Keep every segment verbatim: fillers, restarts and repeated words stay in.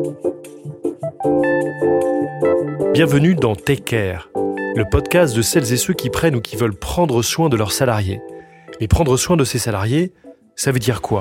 Bienvenue dans Take Care, le podcast de celles et ceux qui prennent ou qui veulent prendre soin de leurs salariés. Mais prendre soin de ces salariés, ça veut dire quoi ?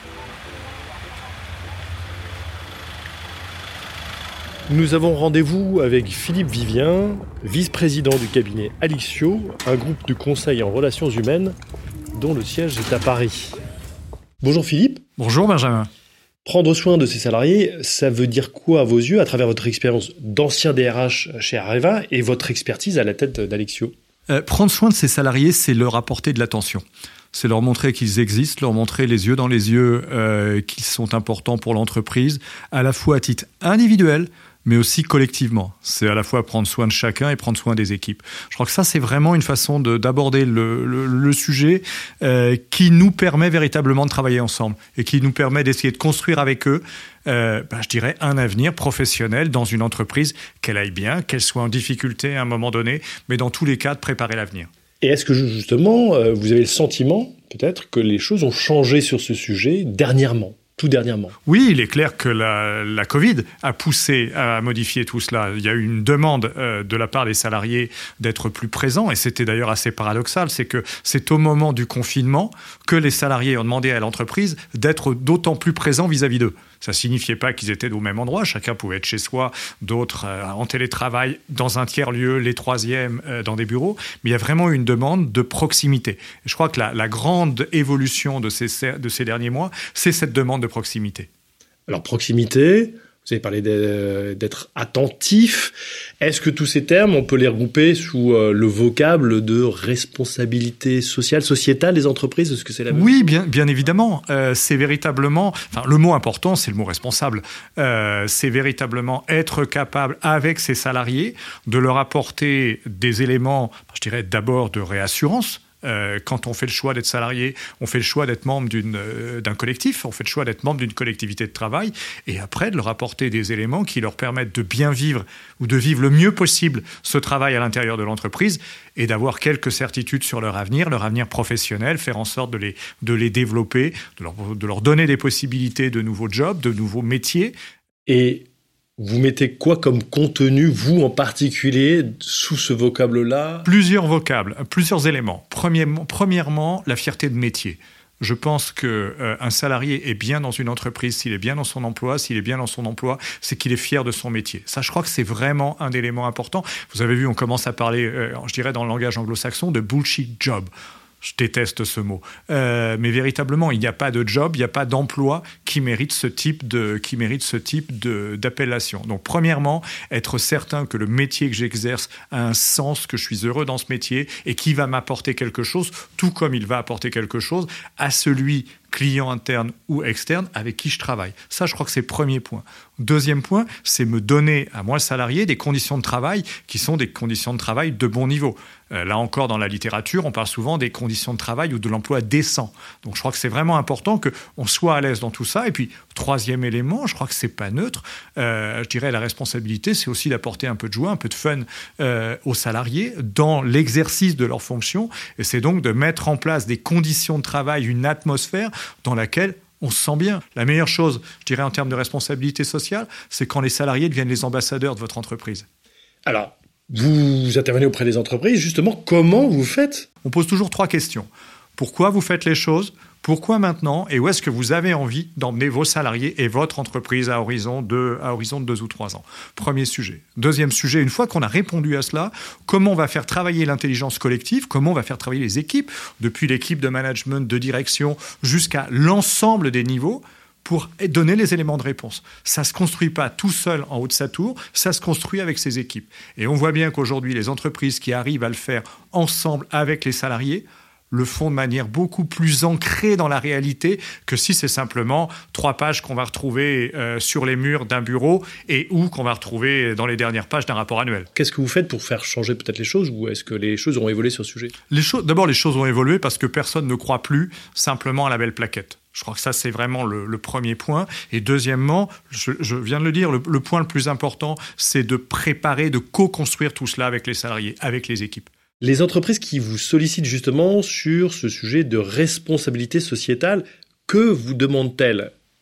Nous avons rendez-vous avec Philippe Vivien, vice-président du cabinet Alixio, un groupe de conseil en relations humaines dont le siège est à Paris. Bonjour Philippe. Bonjour Benjamin. Prendre soin de ses salariés, ça veut dire quoi à vos yeux, à travers votre expérience d'ancien D R H chez Areva et votre expertise à la tête d'Alixio ? euh, Prendre soin de ses salariés, c'est leur apporter de l'attention. C'est leur montrer qu'ils existent, leur montrer les yeux dans les yeux euh, qu'ils sont importants pour l'entreprise, à la fois à titre individuel, mais aussi collectivement. C'est à la fois prendre soin de chacun et prendre soin des équipes. Je crois que ça, c'est vraiment une façon de, d'aborder le, le, le sujet euh, qui nous permet véritablement de travailler ensemble et qui nous permet d'essayer de construire avec eux, euh, ben, je dirais, un avenir professionnel dans une entreprise, qu'elle aille bien, qu'elle soit en difficulté à un moment donné, mais dans tous les cas, de préparer l'avenir. Et est-ce que justement, vous avez le sentiment, peut-être, que les choses ont changé sur ce sujet dernièrement ? Tout dernièrement. Oui, il est clair que la, la Covid a poussé à modifier tout cela. Il y a eu une demande euh, de la part des salariés d'être plus présents, et c'était d'ailleurs assez paradoxal, c'est que c'est au moment du confinement que les salariés ont demandé à l'entreprise d'être d'autant plus présents vis-à-vis d'eux. Ça ne signifiait pas qu'ils étaient au même endroit, chacun pouvait être chez soi, d'autres euh, en télétravail, dans un tiers-lieu, les troisièmes euh, dans des bureaux, mais il y a vraiment une demande de proximité. Et je crois que la, la grande évolution de ces, de ces derniers mois, c'est cette demande de proximité. Alors proximité, vous avez parlé d'être attentif. Est-ce que tous ces termes, on peut les regrouper sous le vocable de responsabilité sociale, sociétale des entreprises ? Est-ce que c'est la même Oui, chose ? bien, bien évidemment. Euh, c'est véritablement... Enfin, le mot important, c'est le mot responsable. Euh, c'est véritablement être capable, avec ses salariés, de leur apporter des éléments, je dirais d'abord de réassurance. Euh, quand on fait le choix d'être salarié, on fait le choix d'être membre d'une, euh, d'un collectif, on fait le choix d'être membre d'une collectivité de travail, et après de leur apporter des éléments qui leur permettent de bien vivre ou de vivre le mieux possible ce travail à l'intérieur de l'entreprise et d'avoir quelques certitudes sur leur avenir, leur avenir professionnel, faire en sorte de les, de les développer, de leur, de leur donner des possibilités de nouveaux jobs, de nouveaux métiers. Et vous mettez quoi comme contenu, vous en particulier, sous ce vocable-là ? Plusieurs vocables, plusieurs éléments. Premièrement, premièrement la fierté de métier. Je pense qu'un euh, salarié est bien dans une entreprise, s'il est bien dans son emploi, s'il est bien dans son emploi, c'est qu'il est fier de son métier. Ça, je crois que c'est vraiment un élément important. Vous avez vu, on commence à parler, euh, je dirais dans le langage anglo-saxon, de bullshit job. Je déteste ce mot. Euh, mais véritablement, il n'y a pas de job, il n'y a pas d'emploi qui mérite ce type de, qui mérite ce type de, d'appellation. Donc, premièrement, être certain que le métier que j'exerce a un sens, que je suis heureux dans ce métier et qui va m'apporter quelque chose, tout comme il va apporter quelque chose à celui client interne ou externe avec qui je travaille. Ça, je crois que c'est le premier point. Deuxième point, c'est me donner à moi, salarié, des conditions de travail qui sont des conditions de travail de bon niveau. Euh, là encore, dans la littérature, on parle souvent des conditions de travail ou de l'emploi décent. Donc, je crois que c'est vraiment important qu'on soit à l'aise dans tout ça. Et puis, troisième élément, je crois que c'est pas neutre. Euh, je dirais la responsabilité, c'est aussi d'apporter un peu de joie, un peu de fun euh, aux salariés dans l'exercice de leurs fonctions. Et c'est donc de mettre en place des conditions de travail, une atmosphère dans laquelle on se sent bien. La meilleure chose, je dirais, en termes de responsabilité sociale, c'est quand les salariés deviennent les ambassadeurs de votre entreprise. Alors, vous intervenez auprès des entreprises, justement, comment vous faites ? On pose toujours trois questions. Pourquoi vous faites les choses ? Pourquoi maintenant ? Et où est-ce que vous avez envie d'emmener vos salariés et votre entreprise à horizon de, à horizon de deux ou trois ans ? Premier sujet. Deuxième sujet, une fois qu'on a répondu à cela, comment on va faire travailler l'intelligence collective ? Comment on va faire travailler les équipes, depuis l'équipe de management, de direction, jusqu'à l'ensemble des niveaux, pour donner les éléments de réponse. Ça ne se construit pas tout seul en haut de sa tour, ça se construit avec ses équipes. Et on voit bien qu'aujourd'hui, les entreprises qui arrivent à le faire ensemble avec les salariés le font de manière beaucoup plus ancrée dans la réalité que si c'est simplement trois pages qu'on va retrouver euh, sur les murs d'un bureau et ou qu'on va retrouver dans les dernières pages d'un rapport annuel. Qu'est-ce que vous faites pour faire changer peut-être les choses, ou est-ce que les choses ont évolué sur ce sujet ? les choses, D'abord, les choses ont évolué parce que personne ne croit plus simplement à la belle plaquette. Je crois que ça, c'est vraiment le, le premier point. Et deuxièmement, je, je viens de le dire, le, le point le plus important, c'est de préparer, de co-construire tout cela avec les salariés, avec les équipes. Les entreprises qui vous sollicitent justement sur ce sujet de responsabilité sociétale, que vous demandent-elles ?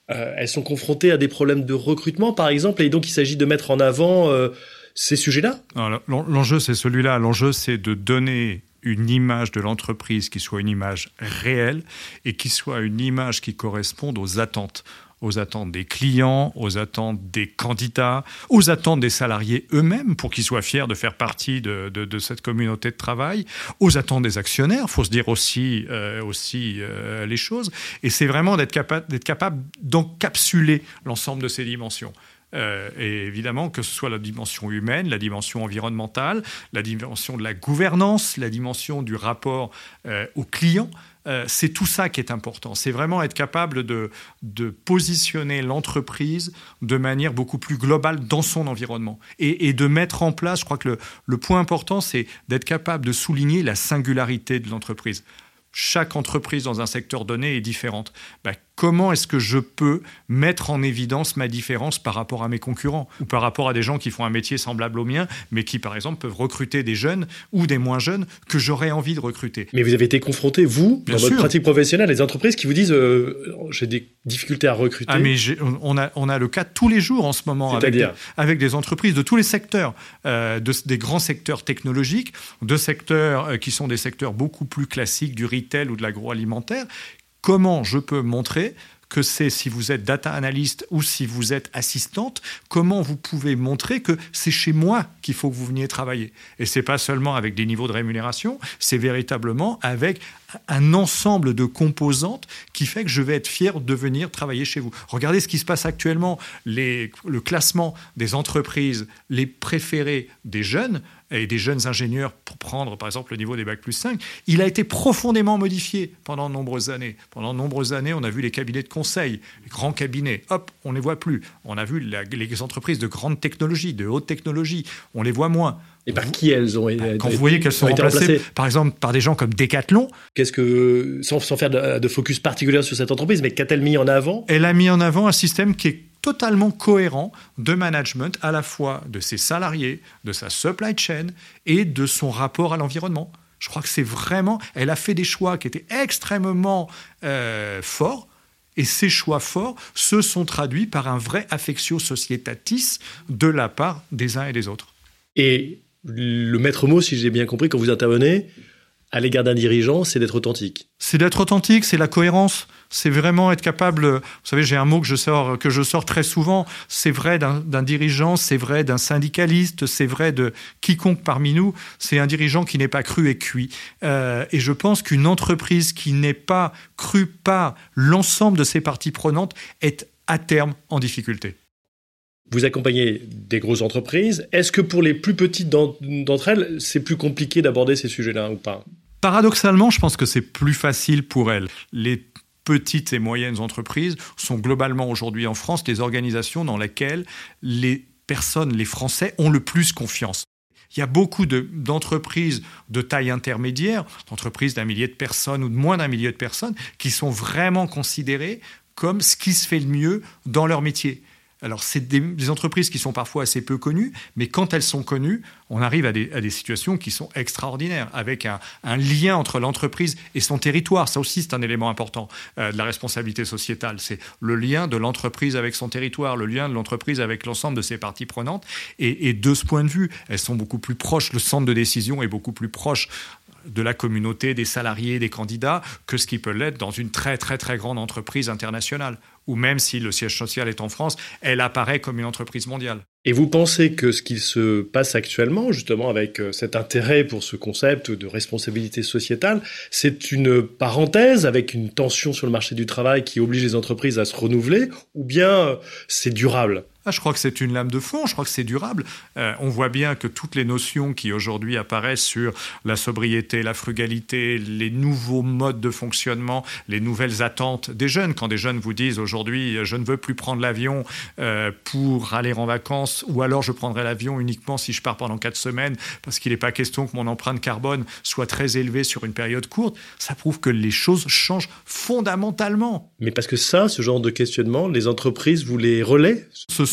euh, elles sont confrontées à des problèmes de recrutement, par exemple, et donc il s'agit de mettre en avant euh, ces sujets-là? Alors, l'enjeu, c'est celui-là. L'enjeu, c'est de donner une image de l'entreprise qui soit une image réelle et qui soit une image qui corresponde aux attentes. aux attentes des clients, aux attentes des candidats, aux attentes des salariés eux-mêmes pour qu'ils soient fiers de faire partie de, de, de cette communauté de travail, aux attentes des actionnaires, il faut se dire aussi, euh, aussi euh, les choses. Et c'est vraiment d'être capable, d'être capable d'encapsuler l'ensemble de ces dimensions. Euh, et évidemment, que ce soit la dimension humaine, la dimension environnementale, la dimension de la gouvernance, la dimension du rapport euh, aux clients, euh, c'est tout ça qui est important. C'est vraiment être capable de, de positionner l'entreprise de manière beaucoup plus globale dans son environnement et, et de mettre en place, je crois que le, le point important, c'est d'être capable de souligner la singularité de l'entreprise. Chaque entreprise dans un secteur donné est différente. Ben, comment est-ce que je peux mettre en évidence ma différence par rapport à mes concurrents ou par rapport à des gens qui font un métier semblable au mien, mais qui, par exemple, peuvent recruter des jeunes ou des moins jeunes que j'aurais envie de recruter. Mais vous avez été confronté, vous, Bien dans sûr. votre pratique professionnelle, à des entreprises qui vous disent euh, « j'ai des difficultés à recruter ». Ah, mais j'ai, on, a, on a le cas tous les jours en ce moment avec des, avec des entreprises de tous les secteurs, euh, de, des grands secteurs technologiques, de secteurs euh, qui sont des secteurs beaucoup plus classiques du retail ou de l'agroalimentaire. Comment je peux montrer que c'est, si vous êtes data analyst ou si vous êtes assistante, comment vous pouvez montrer que c'est chez moi qu'il faut que vous veniez travailler. Et ce n'est pas seulement avec des niveaux de rémunération, c'est véritablement avec un ensemble de composantes qui fait que je vais être fier de venir travailler chez vous. Regardez ce qui se passe actuellement, les, le classement des entreprises les préférées des jeunes et des jeunes ingénieurs, pour prendre par exemple le niveau des bac plus cinq, il a été profondément modifié pendant de nombreuses années. Pendant de nombreuses années, on a vu les cabinets de conseil, les grands cabinets, hop, on ne les voit plus. On a vu la, les entreprises de grande technologie, de haute technologie, on les voit moins. Et par qui elles ont été Quand vous voyez qu'elles sont remplacées, remplacées, par exemple, par des gens comme Decathlon. Qu'est-ce que, sans, sans faire de, de focus particulier sur cette entreprise, mais qu'a-t-elle mis en avant? Elle a mis en avant un système qui est totalement cohérent de management à la fois de ses salariés, de sa supply chain et de son rapport à l'environnement. Je crois que c'est vraiment... Elle a fait des choix qui étaient extrêmement euh, forts. Et ces choix forts se sont traduits par un vrai affectio societatis de la part des uns et des autres. Et le maître mot, si j'ai bien compris, quand vous intervenez à l'égard d'un dirigeant, c'est d'être authentique. C'est d'être authentique, c'est la cohérence. C'est vraiment être capable... Vous savez, j'ai un mot que je sors, que je sors très souvent. C'est vrai d'un, d'un dirigeant, c'est vrai d'un syndicaliste, c'est vrai de quiconque parmi nous. C'est un dirigeant qui n'est pas cru et cuit. Euh, et je pense qu'une entreprise qui n'est pas crue par l'ensemble de ses parties prenantes est à terme en difficulté. Vous accompagnez des grosses entreprises. Est-ce que pour les plus petites d'entre elles, c'est plus compliqué d'aborder ces sujets-là ou pas? Paradoxalement, je pense que c'est plus facile pour elles. Les petites et moyennes entreprises sont globalement aujourd'hui en France les organisations dans lesquelles les personnes, les Français, ont le plus confiance. Il y a beaucoup de, d'entreprises de taille intermédiaire, d'entreprises d'un millier de personnes ou de moins d'un millier de personnes, qui sont vraiment considérées comme ce qui se fait le mieux dans leur métier. Alors, c'est des, des entreprises qui sont parfois assez peu connues, mais quand elles sont connues, on arrive à des, à des situations qui sont extraordinaires, avec un, un lien entre l'entreprise et son territoire. Ça aussi, c'est un élément important euh, de la responsabilité sociétale. C'est le lien de l'entreprise avec son territoire, le lien de l'entreprise avec l'ensemble de ses parties prenantes. Et, et de ce point de vue, elles sont beaucoup plus proches, le centre de décision est beaucoup plus proche de la communauté, des salariés, des candidats, que ce qui peut l'être dans une très, très, très grande entreprise internationale. Ou même si le siège social est en France, elle apparaît comme une entreprise mondiale. Et vous pensez que ce qu'il se passe actuellement, justement, avec cet intérêt pour ce concept de responsabilité sociétale, c'est une parenthèse avec une tension sur le marché du travail qui oblige les entreprises à se renouveler, ou bien c'est durable ? Ah, je crois que c'est une lame de fond, je crois que c'est durable. Euh, on voit bien que toutes les notions qui aujourd'hui apparaissent sur la sobriété, la frugalité, les nouveaux modes de fonctionnement, les nouvelles attentes des jeunes, quand des jeunes vous disent aujourd'hui « je ne veux plus prendre l'avion euh, pour aller en vacances » ou alors « je prendrai l'avion uniquement si je pars pendant quatre semaines parce qu'il n'est pas question que mon empreinte carbone soit très élevée sur une période courte », ça prouve que les choses changent fondamentalement. Mais parce que ça, ce genre de questionnement, les entreprises vous les relaient ? Ce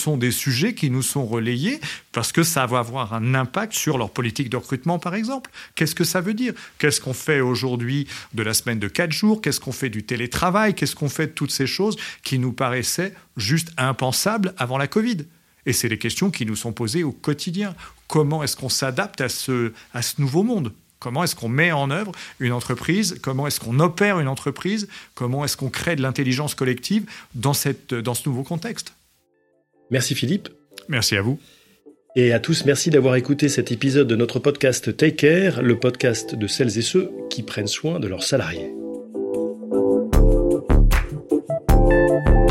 sont des sujets qui nous sont relayés parce que ça va avoir un impact sur leur politique de recrutement, par exemple. Qu'est-ce que ça veut dire? Qu'est-ce qu'on fait aujourd'hui de la semaine de quatre jours? Qu'est-ce qu'on fait du télétravail? Qu'est-ce qu'on fait de toutes ces choses qui nous paraissaient juste impensables avant la Covid? Et c'est les questions qui nous sont posées au quotidien. Comment est-ce qu'on s'adapte à ce, à ce nouveau monde? Comment est-ce qu'on met en œuvre une entreprise? Comment est-ce qu'on opère une entreprise? Comment est-ce qu'on crée de l'intelligence collective dans, cette, dans ce nouveau contexte? Merci Philippe. Merci à vous. Et à tous, merci d'avoir écouté cet épisode de notre podcast Take Care, le podcast de celles et ceux qui prennent soin de leurs salariés.